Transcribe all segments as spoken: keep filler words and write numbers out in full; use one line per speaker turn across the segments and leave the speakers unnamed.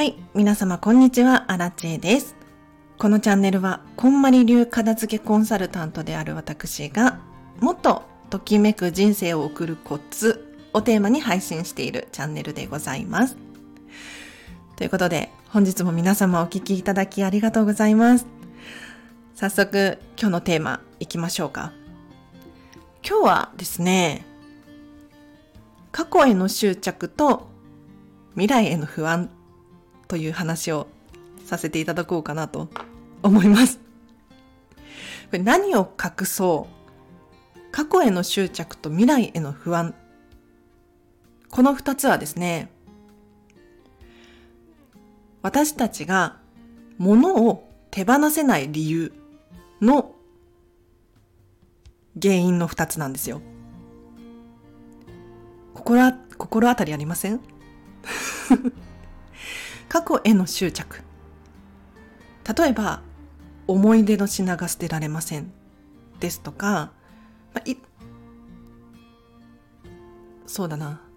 い、皆様こんにちは、アラチェです。このチャンネルはこんまり流片付けコンサルタントである私がもっとときめく人生を送るコツをテーマに配信しているチャンネルでございます。ということで本日も皆様お聞きいただきありがとうございます。早速今日のテーマいきましょうか。今日はですね、過去への執着と未来への不安という話をさせていただこうかなと思います。これ何を隠そう、過去への執着と未来への不安、この二つはですね、私たちが物を手放せない理由の原因の二つなんですよ。心、心当たりありません？過去への執着。例えば、思い出の品が捨てられませんですとか、まあ、いそうだな。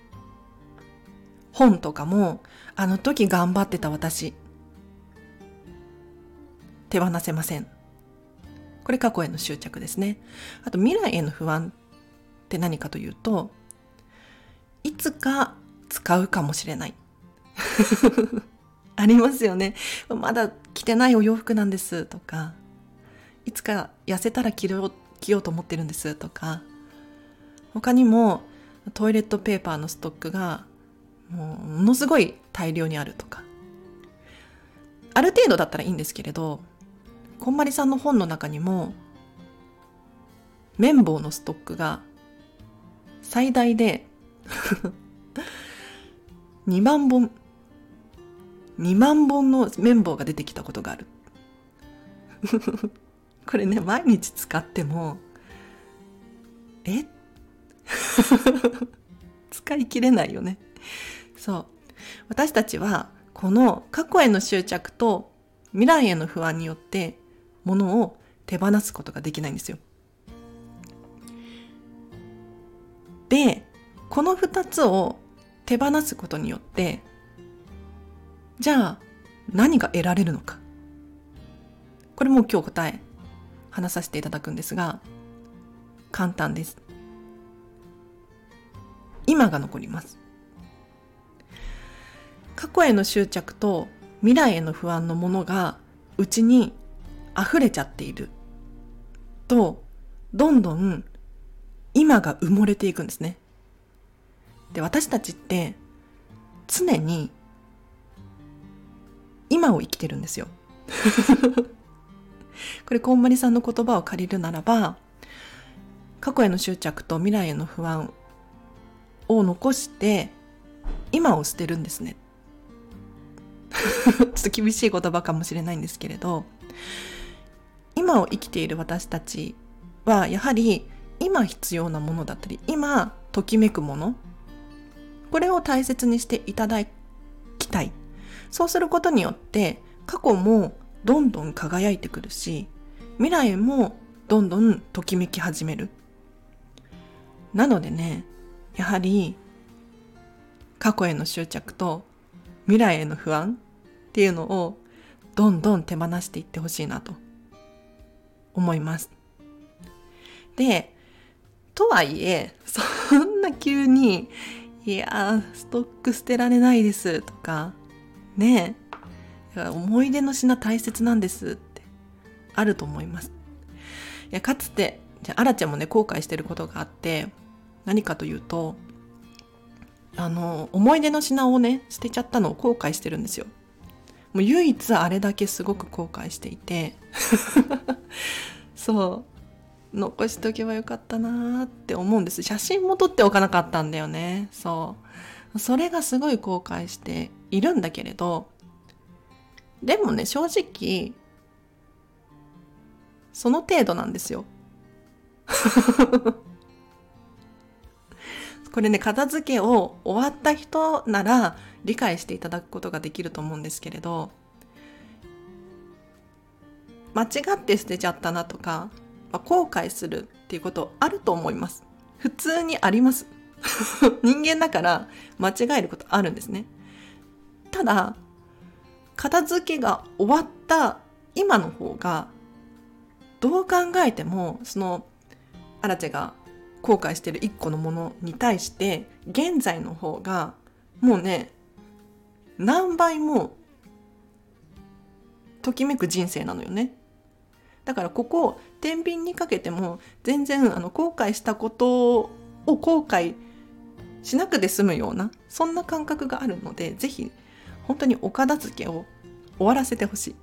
本とかも、あの時頑張ってた私、手放せません。これ過去への執着ですね。あと未来への不安って何かというと、いつか使うかもしれない。ありますよね。まだ着てないお洋服なんですとか、いつか痩せたら着よう、着ようと思ってるんですとか、他にもトイレットペーパーのストックがもうものすごい大量にあるとか、ある程度だったらいいんですけれど、こんまりさんの本の中にも綿棒のストックが最大でにまんぼんにまんぼんの綿棒が出てきたことがある。これね、毎日使ってもえ使い切れないよね。そう、私たちはこの過去への執着と未来への不安によって物を手放すことができないんですよ。で、この二つを手放すことによってじゃあ何が得られるのか、これも今日答え話させていただくんですが、簡単です。今が残ります。過去への執着と未来への不安のものがうちに溢れちゃっていると、どんどん今が埋もれていくんですね。で、私たちって常に今を生きてるんですよ。これこんまりさんの言葉を借りるならば、過去への執着と未来への不安を残して今を捨てるんですね。ちょっと厳しい言葉かもしれないんですけれど、今を生きている私たちはやはり今必要なものだったり、今ときめくもの、これを大切にしていただきたい。そうすることによって過去もどんどん輝いてくるし、未来もどんどんときめき始める。なのでね、やはり過去への執着と未来への不安っていうのをどんどん手放していってほしいなと思います。で、とはいえそんな急にいやストック捨てられないですとかねえ、思い出の品大切なんですってあると思います。いや、かつてあらちゃんもね後悔してることがあって、何かというと、あの思い出の品をね捨てちゃったのを後悔してるんですよ。もう唯一あれだけすごく後悔していてそう残しとけばよかったなーって思うんです。写真も撮っておかなかったんだよね。そうそれがすごい後悔しているんだけれど、でもね、正直その程度なんですよ。これね、片付けを終わった人なら理解していただくことができると思うんですけれど、間違って捨てちゃったなとか、まあ、後悔するっていうことあると思います。普通にあります。人間だから間違えることあるんですね。ただ片付けが終わった今の方がどう考えてもそのアラチェが後悔してる一個のものに対して現在の方がもうね何倍もときめく人生なのよね。だからここを天秤にかけても全然あの後悔したことを後悔しなくて済むようなそんな感覚があるので、ぜひ本当にお片付けを終わらせてほしい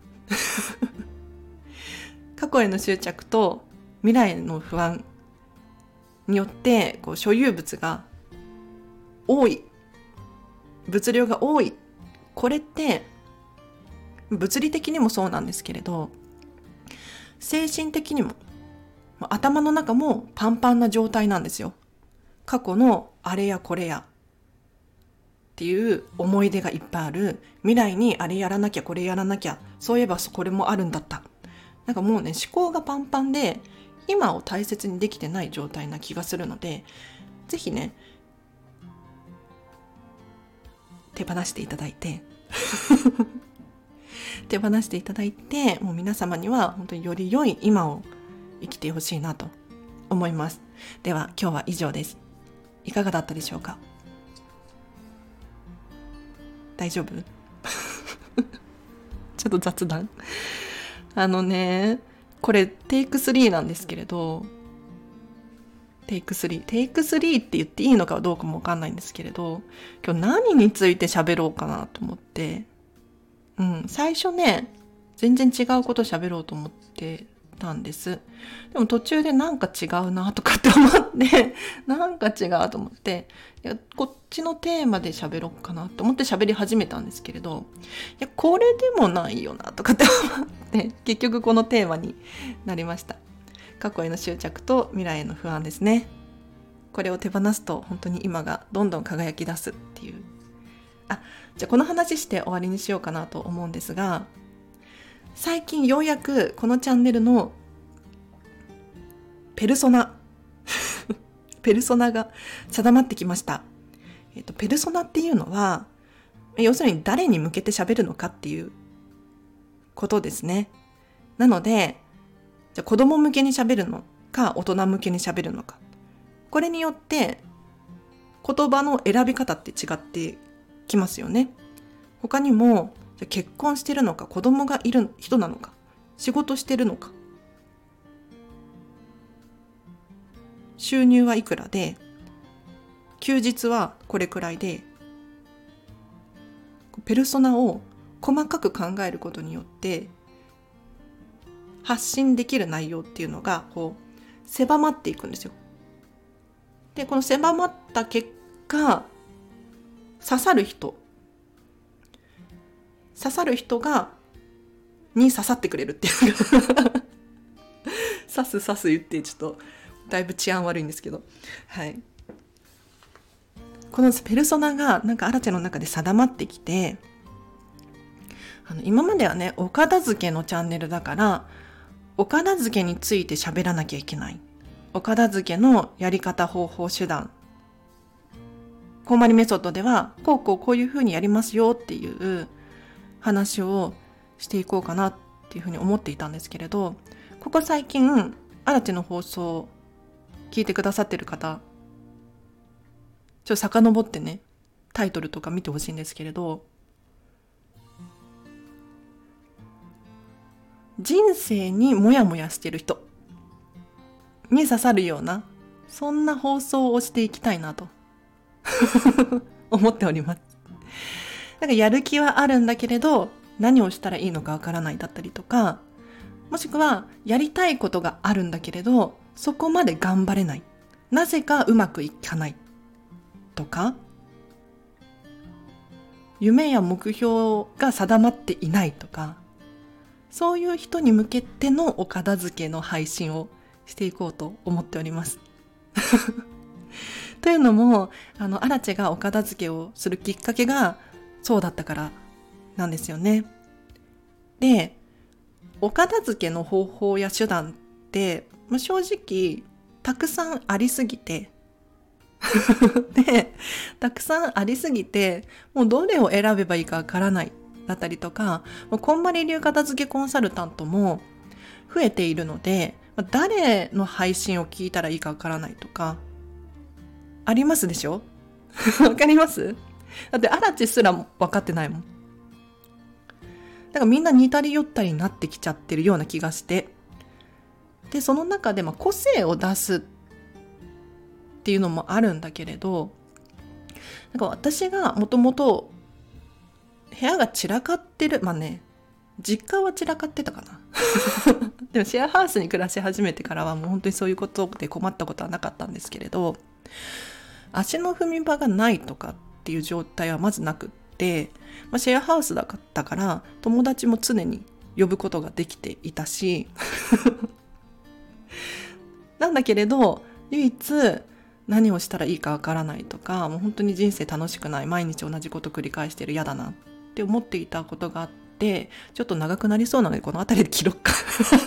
過去への執着と未来への不安によってこう所有物が多い、物量が多い、これって物理的にもそうなんですけれど、精神的にも頭の中もパンパンな状態なんですよ。過去のあれやこれやっていう思い出がいっぱいある、未来にあれやらなきゃこれやらなきゃ、そういえばこれもあるんだった、なんかもうね思考がパンパンで今を大切にできてない状態な気がするので、ぜひね手放していただいて手放していただいて、もう皆様には本当により良い今を生きてほしいなと思います。では今日は以上です。いかがだったでしょうか。大丈夫ちょっと雑談あのねこれテイクスリーなんですけれど、テイクスリーテイクスリーって言っていいのかどうかもわかんないんですけれど、今日何について喋ろうかなと思って、うん、最初ね全然違うこと喋ろうと思ってたんです。でも途中でなんか違うなとかって思ってなんか違うと思って、いやこっちのテーマで喋ろうかなと思って喋り始めたんですけれど、いやこれでもないよなとかって思って結局このテーマになりました。過去への執着と未来への不安ですね。これを手放すと本当に今がどんどん輝き出すっていう。あ、じゃあこの話して終わりにしようかなと思うんですが、最近ようやくこのチャンネルのペルソナペルソナが定まってきました。えっと、ペルソナっていうのは要するに誰に向けて喋るのかっていうことですね。なのでじゃあ子供向けに喋るのか大人向けに喋るのか、これによって言葉の選び方って違ってきますよね。他にも結婚してるのか、子供がいる人なのか、仕事してるのか、収入はいくらで、休日はこれくらいで、ペルソナを細かく考えることによって発信できる内容っていうのがこう狭まっていくんですよ。でこの狭まった結果、刺さる人刺さる人がに刺さってくれるっていう刺す刺す言ってちょっとだいぶ治安悪いんですけど、はい、このペルソナがなんかアラチェの中で定まってきて、あの今まではねお片付けのチャンネルだからお片付けについて喋らなきゃいけない、お片付けのやり方、方法、手段、こんまりメソッドではこうこうこういうふうにやりますよっていう話をしていこうかなっていうふうに思っていたんですけれど、ここ最近アラチェの放送を聞いてくださってる方、ちょっと遡ってねタイトルとか見てほしいんですけれど、人生にモヤモヤしてる人に刺さるようなそんな放送をしていきたいなと思っております。なんかやる気はあるんだけれど何をしたらいいのかわからないだったりとか、もしくはやりたいことがあるんだけれどそこまで頑張れない、なぜかうまくいかないとか、夢や目標が定まっていないとか、そういう人に向けてのお片付けの配信をしていこうと思っておりますというのもあのアラチェがお片付けをするきっかけがそうだったからなんですよね。で、お片付けの方法や手段って正直たくさんありすぎてでたくさんありすぎてもうどれを選べばいいかわからないっだったりとか、こんまり流片付けコンサルタントも増えているので、誰の配信を聞いたらいいかわからないとかありますでしょわかります？だってアラチすら分かってないもん。だからみんな似たり寄ったりになってきちゃってるような気がして、でその中でまあ個性を出すっていうのもあるんだけれど、なんか私がもともと部屋が散らかってる、まあね、実家は散らかってたかなでもシェアハウスに暮らし始めてからはもう本当にそういうことで困ったことはなかったんですけれど、足の踏み場がないとかっていう状態はまずなくって、まあ、シェアハウスだったから友達も常に呼ぶことができていたしなんだけれど唯一何をしたらいいかわからないとか、もう本当に人生楽しくない、毎日同じこと繰り返してる、嫌だなって思っていたことがあって、ちょっと長くなりそうなのでこの辺りで切ろっか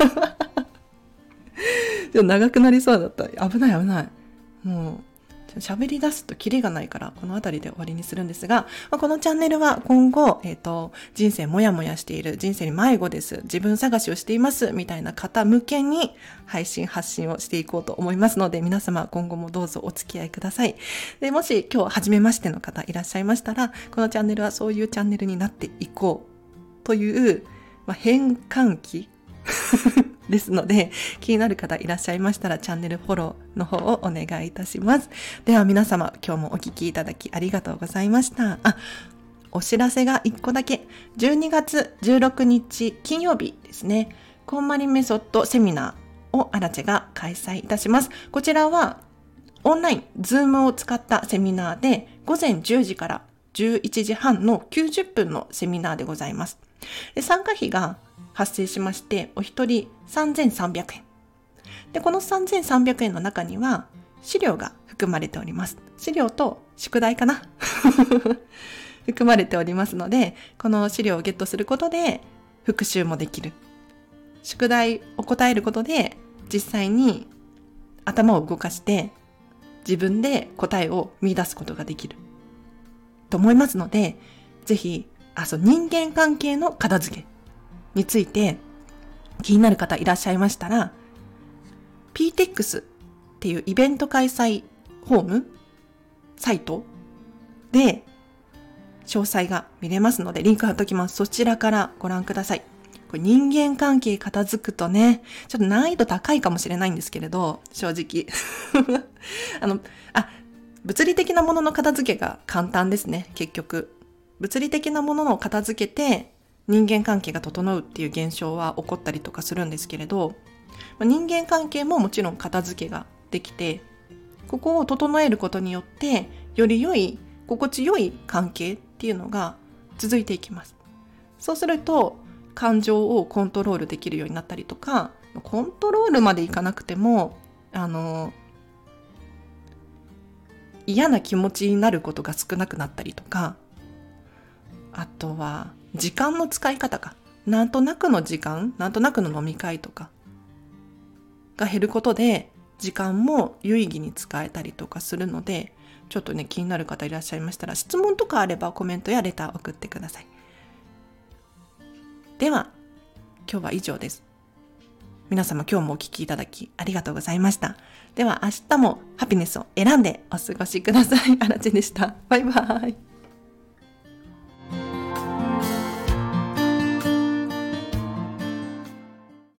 でも長くなりそうだった。危ない危ない。もう喋り出すとキリがないからこの辺りで終わりにするんですが、まあ、このチャンネルは今後、えーと、人生もやもやしている、人生に迷子です、自分探しをしていますみたいな方向けに配信発信をしていこうと思いますので、皆様今後もどうぞお付き合いください。でもし今日初めましての方いらっしゃいましたら、このチャンネルはそういうチャンネルになっていこうという、まあ、変換期ですので、気になる方いらっしゃいましたらチャンネルフォローの方をお願いいたします。では皆様、今日もお聞きいただきありがとうございました。あ、お知らせがいっこだけ。じゅうにがつじゅうろくにち金曜日ですね、こんまりメソッドセミナーをアラチェが開催いたします。こちらはオンライン、ズームを使ったセミナーで、午前じゅうじからじゅういちじはんのきゅうじゅっぷんのセミナーでございます。で、参加費が発生しまして、お一人さんぜんさんびゃくえん。で、このさんぜんさんびゃくえんの中には資料が含まれております。資料と宿題かな含まれておりますので、この資料をゲットすることで復習もできる。宿題を答えることで実際に頭を動かして自分で答えを見出すことができると思いますので、ぜひ、あ、そう、人間関係の片付けについて気になる方いらっしゃいましたら、 ピーテックス っていうイベント開催ホームサイトで詳細が見れますので、リンク貼っときます。そちらからご覧ください。これ人間関係片付くとね、ちょっと難易度高いかもしれないんですけれど、正直あのあ物理的なものの片付けが簡単ですね。結局物理的なものの片付けて人間関係が整うっていう現象は起こったりとかするんですけれど、人間関係ももちろん片付けができて、ここを整えることによってより良い、心地よい関係っていうのが続いていきます。そうすると感情をコントロールできるようになったりとか、コントロールまでいかなくても、あの嫌な気持ちになることが少なくなったりとか、あとは時間の使い方か、なんとなくの時間、なんとなくの飲み会とかが減ることで時間も有意義に使えたりとかするので、ちょっとね、気になる方いらっしゃいましたら、質問とかあればコメントやレター送ってください。では今日は以上です。皆様今日もお聞きいただきありがとうございました。では明日もハピネスを選んでお過ごしください。あらちでした。バイバイ。